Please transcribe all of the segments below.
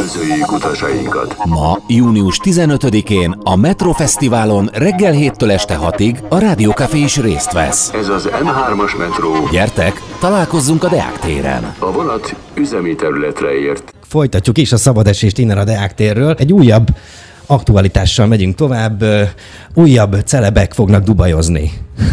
Üdvözöljük utasainkat! Ma, június 15-én a Metro Fesztiválon reggel 7-től este 6-ig a Rádió Café is részt vesz. Ez az M3-as metró. Gyertek, találkozzunk a Deák téren. A vonat üzemi területre ért. Folytatjuk is a szabadesést innen a Deák térről. Egy újabb aktualitással megyünk tovább. Újabb celebek fognak dubajozni.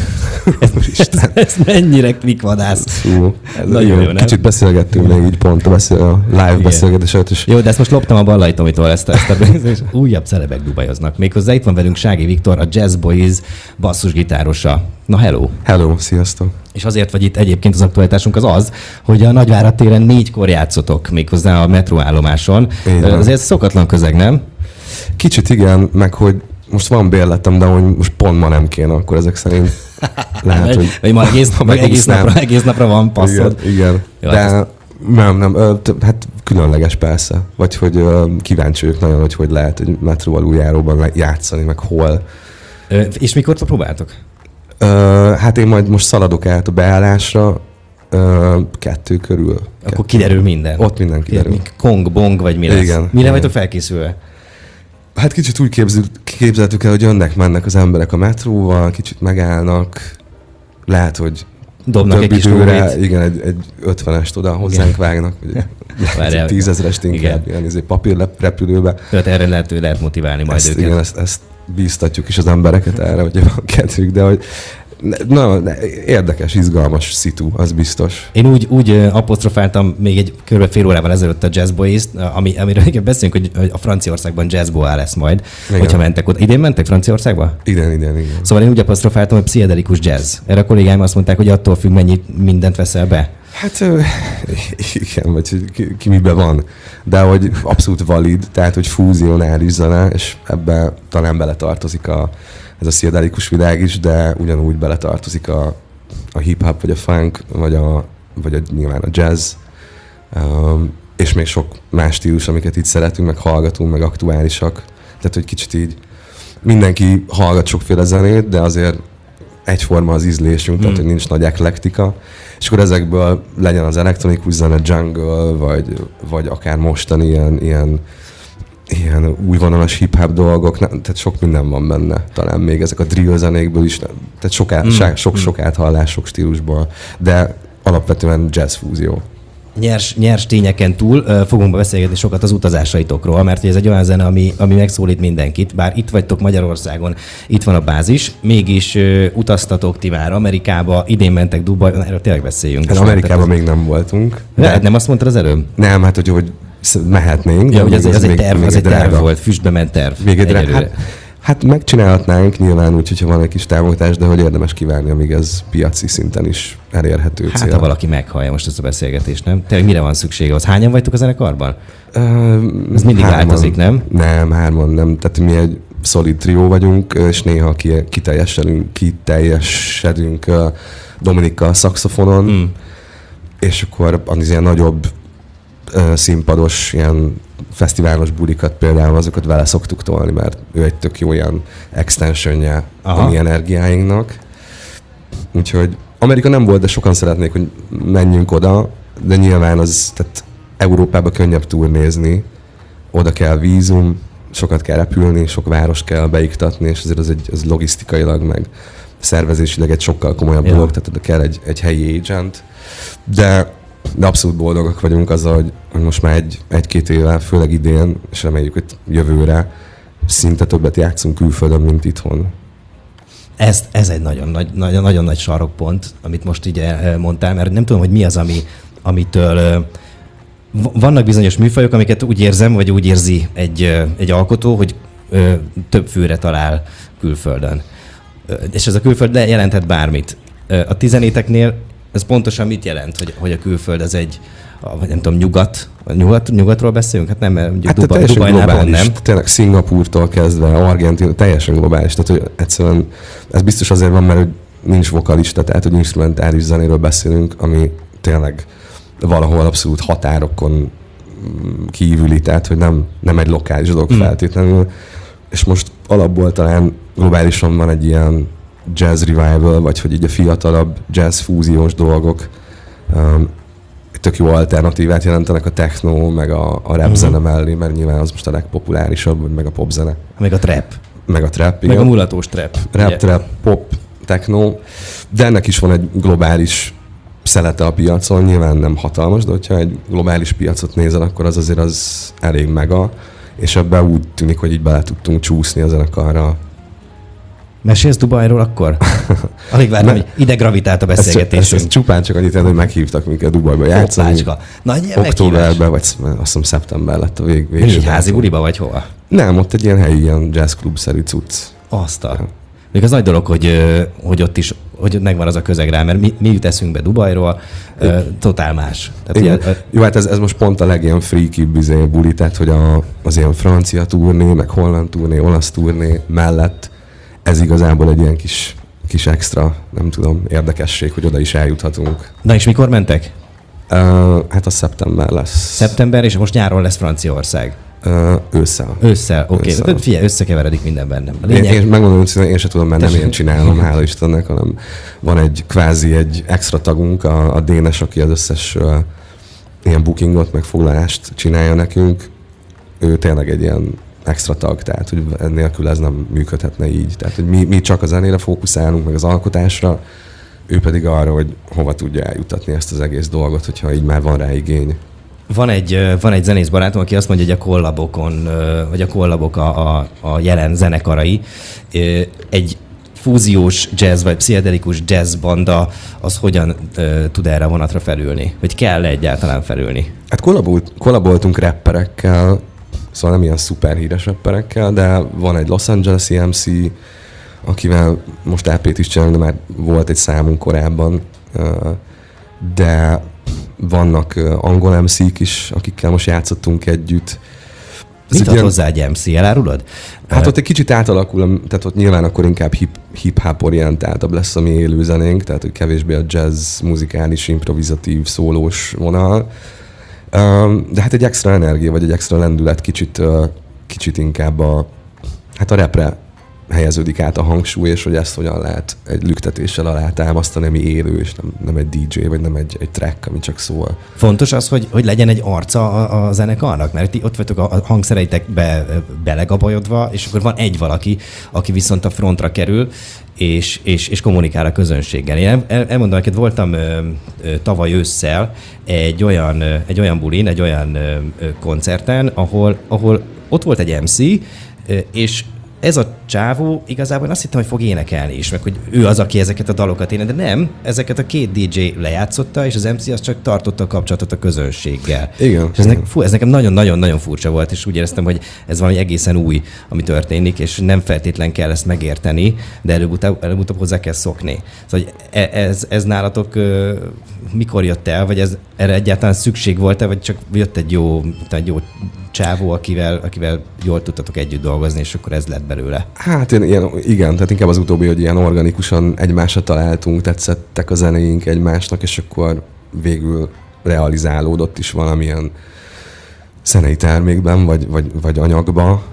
Ez mennyire klikvadász. Nagyon jó, nem? Kicsit beszélgettünk még így pont a live beszélgetés előtt is. Jó, de ezt most loptam a Ballai Tomitól ezt a újabb celebek dubajoznak. Méghozzá itt van velünk Sági Viktor, a Jazz Boys basszusgitárosa. Na, hello! Hello, sziasztok! És azért vagy itt egyébként az aktualitásunk az, hogy a Nagyvárad téren 4-kor játszotok, méghozzá a metróállomáson. Azért szokatlan közeg, nem? Kicsit igen, meg hogy most van bérletem, de hogy most pont ma nem kéne, akkor ezek szerint lehet, hogy ma egész napra van passzod. Igen. Jó, de nem, hát különleges persze. Vagy hogy kíváncsi vagyok nagyon, hogy lehet egy metró aluljáróban játszani, meg hol. És mikor próbáltok? Hát én majd most szaladok át a beállásra, 2 körül. Akkor kiderül minden. Ott minden kiderül. Kong, bong, vagy mi lesz? Igen. Mire vagytok felkészülve? Hát kicsit úgy képzeltük el, hogy jönnek-mennek az emberek a metróval, kicsit megállnak, lehet, hogy dobnak egy kis időre, igen, egy 50-est oda hozzánk vágnak, vagy egy 10 000-est inkább ilyen papírrepülőbe. Tehát erre lehet motiválni majd őket. Igen, ezt bíztatjuk is az embereket erre, hogy van kedvük, de hogy érdekes, izgalmas szitu, az biztos. Én úgy apostrofáltam még egy kb. Fél órával ezelőtt a Jazz Boys-t, amiről beszélünk, hogy a Franciaországban Jazz Boa lesz majd, igen. Hogyha mentek ott. Idén mentek Franciaországba? Igen. Szóval én úgy apostrofáltam, hogy pszichedelikus jazz. Erre a kollégáim azt mondták, hogy attól függ, mennyi mindent veszel be. Hát igen, vagy ki miben van. De hogy abszolút valid, tehát hogy fúzionális zene, és ebbe talán beletartozik ez a pszichedelikus világ is, de ugyanúgy beletartozik a hip-hop, vagy a funk, vagy nyilván a jazz, és még sok más stílus, amiket itt szeretünk, meg hallgatunk, meg aktuálisak. Tehát, hogy kicsit így mindenki hallgat sokféle zenét, de azért egyforma az ízlésünk, tehát, hogy nincs nagy eklektika. És akkor ezekből legyen az elektronikus zene, jungle, vagy akár mostani ilyen új vonalas hip-hop dolgok, tehát sok minden van benne. Talán még ezek a drill zenékből is, tehát sok áthallás, sok stílusból, de alapvetően jazz fúzió. Nyers tényeken túl fogunk beszélgetni sokat az utazásaitokról, mert ez egy olyan zene, ami megszólít mindenkit, bár itt vagytok Magyarországon, itt van a bázis, mégis utaztatok ti már Amerikába, idén mentek Dubajba, erről tényleg beszéljünk. Hát Amerikában még nem voltunk. De nem azt mondtad az előbb? Nem, hát hogy mehetnénk. Ja, hogy ez egy terv volt, füstbe ment terv. Hát megcsinálhatnánk nyilván úgy, hogyha van egy kis támogatás, de hogy érdemes kívánni, amíg ez piaci szinten is elérhető cél. Hát ha valaki meghallja most ezt a beszélgetést, nem? Tényleg mire van szüksége? Az hányan vagytok a zenekarban? Ez mindig változik, nem? Nem, 3 nem. Tehát mi egy szolid trió vagyunk, és néha kiteljesedünk Dominikkal szaxofonon, és akkor az ilyen nagyobb színpados, ilyen fesztiválos bulikat például, azokat vele szoktuk tolni, mert ő egy tök jó ilyen extensionje a mi energiáinknak. Úgyhogy Amerika nem volt, de sokan szeretnék, hogy menjünk oda, de nyilván tehát Európába könnyebb turnézni, oda kell vízum, sokat kell repülni, sok város kell beiktatni, és azért az logisztikailag, meg szervezésileg egy sokkal komolyabb dolog, tehát oda kell egy helyi agent, de abszolút boldogak vagyunk azzal, hogy most már egy-két éve, főleg idén, és reméljük, hogy jövőre szinte többet játszunk külföldön, mint itthon. Ez egy nagyon nagy sarokpont, amit most így mondtál, mert nem tudom, hogy mi az, amitől vannak bizonyos műfajok, amiket úgy érzem, vagy úgy érzi egy alkotó, hogy több főre talál külföldön. És ez a külföld jelenthet bármit. A ti zenéteknél ez pontosan mit jelent, hogy a külföld ez nem tudom, nyugatról beszélünk? Hát nem, mert Dubajnál globális, nem. Tényleg Szingapúrtól kezdve, Argentina, teljesen globális. Tehát, hogy egyszerűen ez biztos azért van, mert hogy nincs vokalista, tehát, hogy instrumentális zenéről beszélünk, ami tényleg valahol abszolút határokon kívüli, tehát, hogy nem egy lokális dolog feltétlenül. És most alapból talán globálisan van egy ilyen jazz revival, vagy hogy így a fiatalabb jazz fúziós dolgok tök jó alternatívát jelentenek a techno, meg a rap zene mellé, mert nyilván az most a legpopulárisabb, meg a pop zene. Meg a trap. Meg a trap, igen. Meg a mulatós trap. Rap, ugye? Trap, pop, techno, de ennek is van egy globális szelete a piacon, nyilván nem hatalmas, de hogyha egy globális piacot nézel, akkor az azért az elég mega, és ebben úgy tűnik, hogy így bele tudtunk csúszni a zenekarra. Mesélsz Dubajról akkor? Alig várom, hogy ide gravitált a beszélgetésünk. Ez csupán csak annyit, hogy meghívtak minket Dubajba játszani. Októberben, vagy azt hiszem szeptember lett a végső. Egy házi buliba, vagy hova? Nem, ott egy ilyen helyi ilyen jazzklub-szerű cucc. Még az nagy dolog, hogy ott is hogy megvan az a közeg rá, mert mi jut eszünkbe Dubajról, totál más. Tehát jó, hát ez most pont a legilyen freaky buli, tehát hogy az ilyen francia turné, meg holland turné, olasz turné mellett ez igazából egy ilyen kis extra, nem tudom, érdekesség, hogy oda is eljuthatunk. Na és mikor mentek? Hát az szeptember lesz. Szeptember, és most nyáron lesz Franciaország. Ősszel. Ősszel, oké. Okay. Figyelj, összekeveredik minden bennem. Én megmondom, hogy én sem tudom, mert nem én csinálom, hála Istennek, hanem van egy extra tagunk, a Dénes, aki az összes ilyen bookingot, meg foglalást csinálja nekünk. Ő tényleg egy ilyen extra tag, tehát hogy nélkül ez nem működhetne így. Tehát, hogy mi csak a zenére fókuszálunk, meg az alkotásra, ő pedig arra, hogy hova tudja eljutatni ezt az egész dolgot, hogyha így már van rá igény. Van egy zenész barátom, aki azt mondja, hogy a kollabokon, vagy a kollabok a jelen zenekarai. Egy fúziós jazz, vagy pszichedelikus jazz banda, az hogyan tud erre a vonatra felülni? Vagy kell egyáltalán felülni? Hát kollaboltunk rapperekkel, szóval nem ilyen szuper híres rapperekkel, de van egy Los Angeles-i MC, akivel most EP-t is csinálunk, de már volt egy számunk korábban, de vannak angol MC-k is, akikkel most játszottunk együtt. Mit ad hozzá egy MC, elárulod? Hát ott egy kicsit átalakul, tehát ott nyilván akkor inkább hip-hop orientáltabb lesz a mi élőzenénk, tehát hogy kevésbé a jazz, muzikális, improvizatív, szólós vonal. De hát egy extra energia, vagy egy extra lendület kicsit inkább a rapre helyeződik át a hangsúly, és hogy ezt hogyan lehet egy lüktetéssel alátámasztani, ami élő, és nem egy DJ, vagy nem egy track, ami csak szól. Fontos az, hogy legyen egy arca a zenekarnak, mert ott vagytok a hangszereitekbe belegabajodva, és akkor van egy valaki, aki viszont a frontra kerül, és kommunikál a közönséggel. Én elmondom neked, voltam tavaly ősszel egy olyan bulin, egy olyan koncerten, ahol ott volt egy MC, és ez a csávó igazából azt hittem, hogy fog énekelni is, meg hogy ő az, aki ezeket a dalokat énekel, de nem, ezeket a két DJ lejátszotta, és az MC az csak tartotta a kapcsolatot a közönséggel. Igen. És ez nekem nagyon-nagyon furcsa volt, és úgy éreztem, hogy ez valami egészen új, ami történik, és nem feltétlen kell ezt megérteni, de előbb-utóbb hozzá kell szokni. Szóval ez nálatok mikor jött el, vagy erre egyáltalán szükség volt-e, vagy csak jött egy jó csávó, akivel jól tudtatok együtt dolgozni, és akkor ez lett belőle? Hát igen, tehát inkább az utóbbi, hogy ilyen organikusan egymásra találtunk, tetszettek a zenéink egymásnak, és akkor végül realizálódott is valamilyen zenei termékben, vagy anyagba.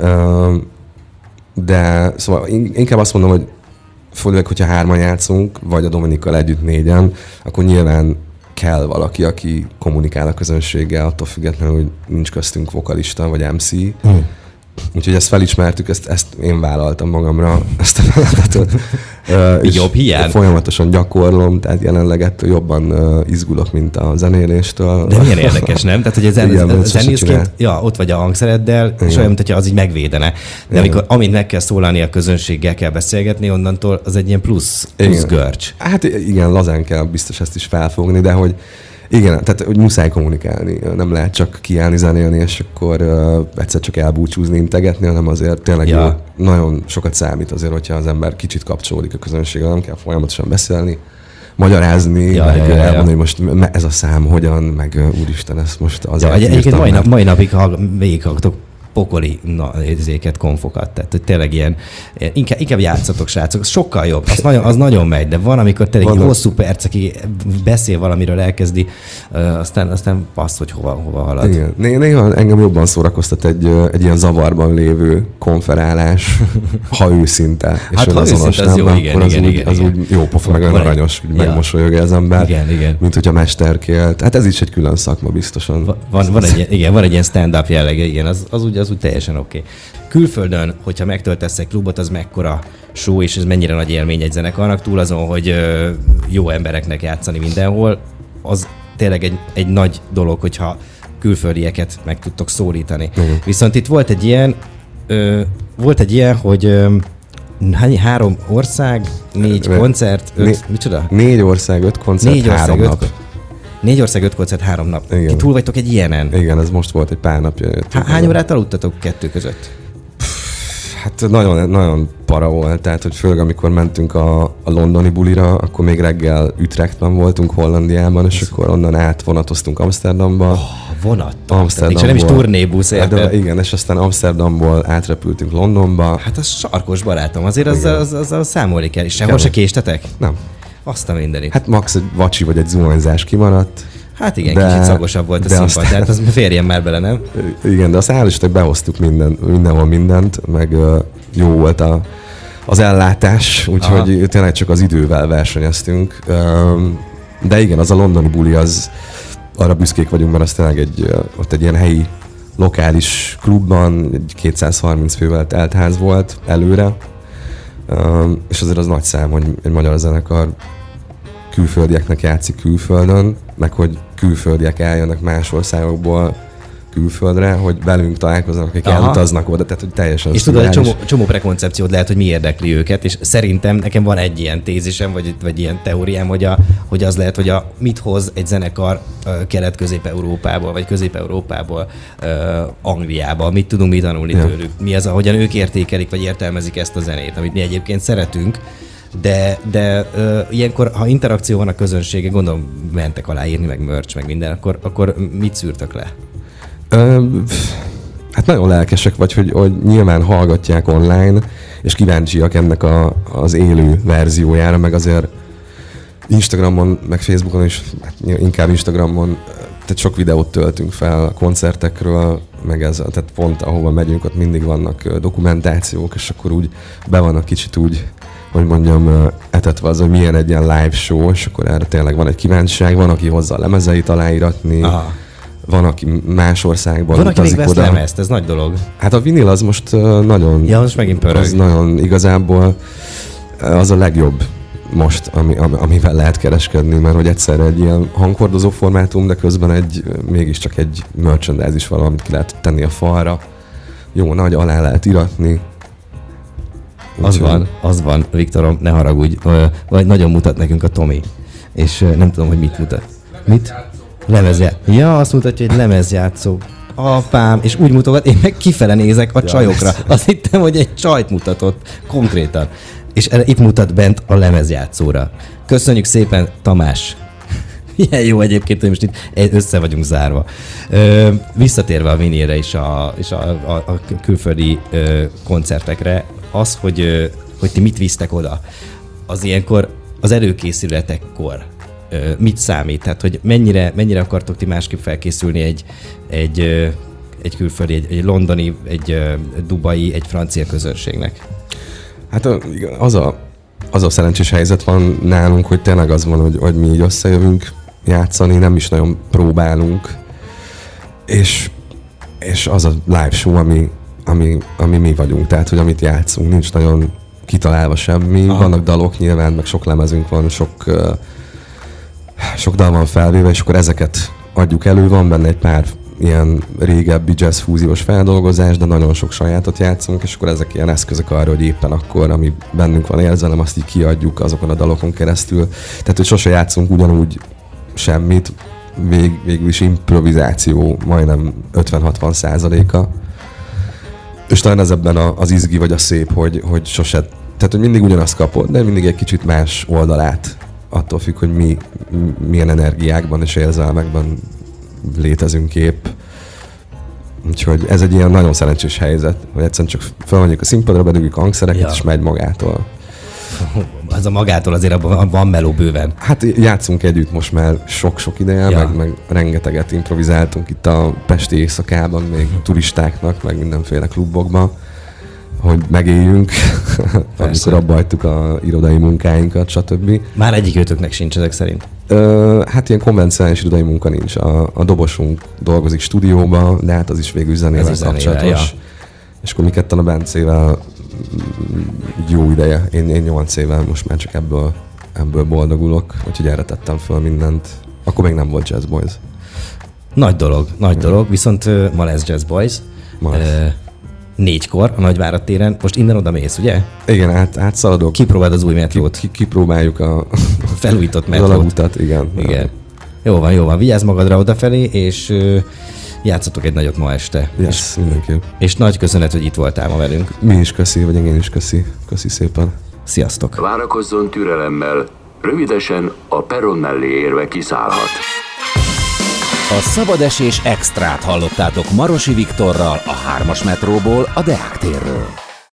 De szóval inkább azt mondom, hogy főleg, hogyha hárman játszunk, vagy a Dominikkal együtt négyen, akkor nyilván kell valaki, aki kommunikál a közönséggel, attól függetlenül, hogy nincs köztünk vokalista vagy MC. Úgyhogy ezt felismertük, ezt én vállaltam magamra, ezt a feladatot. Jobb hiány? Folyamatosan gyakorlom, tehát jelenleg ettől jobban izgulok, mint a zenéléstől. De milyen érdekes, nem? Tehát, hogy zenészként, ott vagy a hangszereddel, és olyan, mintha az így megvédene. De amikor, amint meg kell szólalni a közönséggel, kell beszélgetni, onnantól az egy ilyen plusz görcs. Hát igen, lazán kell biztos ezt is felfogni, de hogy igen, tehát hogy muszáj kommunikálni. Nem lehet csak kiállni, zenélni, és akkor egyszer csak elbúcsúzni, integetni, hanem azért tényleg nagyon sokat számít azért, hogyha az ember kicsit kapcsolódik a közönséggel, nem kell folyamatosan beszélni, magyarázni, elmondani, hogy most ez a szám hogyan, meg úristen, ezt most azért egyébként mai napig végighallgatok pokoli konfokat. Tehát, hogy tényleg ilyen, inkább játszatok, srácok, az sokkal jobb, az nagyon megy, de van, amikor tényleg hosszú percekig beszél valamiről, elkezdi, aztán passz, hogy hova halad. Igen. Néha engem jobban szórakoztat egy ilyen zavarban lévő konferálás, ha őszinte. És hát ha őszinte, az jó, igen. Az úgy jó pofa, meg olyan aranyos, hogy megmosolyog az ember, igen. mint hogyha mesterkélt. Hát ez is egy külön szakma biztosan. Van egy ilyen stand-up jellege, igen, az úgy teljesen oké. Külföldön, hogyha megtöltesz egy klubot, az mekkora show, és ez mennyire nagy élmény egy zenekarnak, túl azon, hogy jó embereknek játszani mindenhol, az tényleg egy nagy dolog, hogyha külföldieket meg tudtok szólítani. Viszont itt volt egy ilyen, hogy 3 ország, 4 koncert, 5, micsoda? 4 ország, 5 koncert, 3 nap. 4 ország, 5 koncert, 3 nap. Igen. Ti túl vagytok egy ilyenen? Igen, ez most volt egy pár napja. Hány órát aludtatok 2 között? Hát nagyon, nagyon para volt, tehát hogy főleg amikor mentünk a londoni bulira, akkor még reggel Utrechtben voltunk, Hollandiában, és akkor onnan átvonatoztunk Amsterdamba. Vonattal? Amsterdamból. Nem is turnébusz, érted? Igen, és aztán Amsterdamból átrepültünk Londonba. Hát az sarkos barátom, azért azzal számolni kell. És sehol se késtetek? Nem. Azt a mindenit. Hát max egy vacsi vagy egy zuhanyzás kimaradt. Hát igen, kicsit szagosabb volt a színpad, tehát az férjen már bele, nem? Igen, de azt hál' Istennek behoztuk mindenhol mindent, meg jó volt az ellátás, úgyhogy tényleg csak az idővel versenyeztünk. De igen, az a londoni buli, arra büszkék vagyunk, mert az tényleg ott egy ilyen helyi, lokális klubban, egy 230 fővel telt ház volt előre, és azért az nagy szám, hogy egy magyar zenekar külföldieknek játszik külföldön, meg hogy külföldiek eljönnek más országokból külföldre, hogy velünk találkoznak, akik elutaznak oda, tehát hogy teljesen és tudod, egy csomó prekoncepciód lehet, hogy mi érdekli őket, és szerintem nekem van egy ilyen tézisem, vagy ilyen teóriám, hogy az lehet, hogy mit hoz egy zenekar Kelet-Közép-Európából, vagy Közép-Európából Angliába, mit tudunk mi tanulni tőlük, mi az, ahogyan ők értékelik, vagy értelmezik ezt a zenét, amit mi egyébként szeretünk, de ilyenkor, ha interakció van a közönsége, gondolom mentek aláírni, meg merch, meg minden, akkor mit szűrtök le? Hát nagyon lelkesek vagy, hogy nyilván hallgatják online, és kíváncsiak ennek az élő verziójára, meg azért Instagramon, meg Facebookon is, hát inkább Instagramon, tehát sok videót töltünk fel a koncertekről, meg tehát pont ahova megyünk, ott mindig vannak dokumentációk, és akkor úgy be vannak kicsit úgy, hogy mondjam, etetve az, hogy milyen egy ilyen live show, és akkor erre tényleg van egy kíváncsiság, van, aki hozza a lemezeit aláíratni, van, aki más országban van, aki még vesz lemezt, ez nagy dolog. Hát a vinil az most nagyon... Ja, most megint pörög. Az nagyon igazából az a legjobb most, amivel lehet kereskedni, mert hogy egyszerre egy ilyen hanghordozó formátum, de közben mégiscsak egy merchandise is valamit ki lehet tenni a falra. Jó, nagy alá lehet iratni. Az van, Viktorom, ne haragudj, vagy nagyon mutat nekünk a Tomi, és nem tudom, hogy mit mutat. Mit? Lemezjátszó. Ja, azt mutatja, hogy lemezjátszó. Apám, és úgy mutogat, én meg kifele nézek a csajokra. Azt hittem, hogy egy csajt mutatott konkrétan. És itt mutat bent a lemezjátszóra. Köszönjük szépen, Tamás. Milyen jó egyébként, hogy most itt össze vagyunk zárva. Visszatérve a vinilre és a külföldi koncertekre, az, hogy ti mit visztek oda, az ilyenkor az előkészületekkor mit számít? Tehát, hogy mennyire akartok ti másképp felkészülni egy külföldi, egy londoni, egy dubai, egy francia közönségnek? Hát az a szerencsés helyzet van nálunk, hogy tényleg az van, hogy mi így összejövünk játszani, nem is nagyon próbálunk, és az a live show, ami mi vagyunk, tehát, hogy amit játszunk, nincs nagyon kitalálva semmi, vannak dalok nyilván, meg sok lemezünk van, sok dal van felvéve, és akkor ezeket adjuk elő, van benne egy pár ilyen régebbi jazz fúziós feldolgozás, de nagyon sok sajátot játszunk, és akkor ezek ilyen eszközök arra, hogy éppen akkor, ami bennünk van érzelem, azt így kiadjuk azokon a dalokon keresztül. Tehát, hogy sose játszunk ugyanúgy semmit, végül is improvizáció majdnem 50-60%-a. És talán ez ebben az izgi vagy a szép, hogy sose, tehát, hogy mindig ugyanazt kapod, de mindig egy kicsit más oldalát, attól függ, hogy milyen energiákban és érzelmekben létezünk épp. Úgyhogy ez egy ilyen nagyon szerencsés helyzet, hogy egyszerűen csak felmegyünk a színpadra, bedugjuk a hangszereket, és megy magától. Az a magától azért abban van meló bőven. Hát játszunk együtt most már sok-sok ideje, meg rengeteget improvizáltunk itt a pesti éjszakában, még turistáknak, meg mindenféle klubokban, hogy megéljünk, amikor abba hagytuk a irodai munkáinkat, stb. Már egyikőtöknek sincs ezek szerint? Hát ilyen konvencionális irodai munka nincs. A dobosunk dolgozik stúdióban, de hát az is végül zenével kapcsolatos. Ja. És akkor mi ketten a Bencével jó ideje. Én 8 éve most már csak ebből boldogulok, úgyhogy erre tettem fel mindent. Akkor még nem volt Jazz Boys. Nagy dolog, viszont ma lesz Jazz Boys. 4-kor a Nagyvárad téren. Most innen oda mész, ugye? Igen, átszaladok. Kipróbáld az új metrót. Kipróbáljuk a felújított metrót. Az alagutat, igen. Jó van. Vigyázz magadra odafelé, és játszatok egy nagyot ma este. Yes, mindenképp. És nagy köszönet, hogy itt voltál ma velünk. Mi is köszi, vagy én is köszi. Köszi szépen. Sziasztok. Várakozzon türelemmel, rövidesen a peron mellé érve kiszállhat. A szabadesés extrát hallottátok Marosi Viktorral a 3-as metróból, a Deák térről.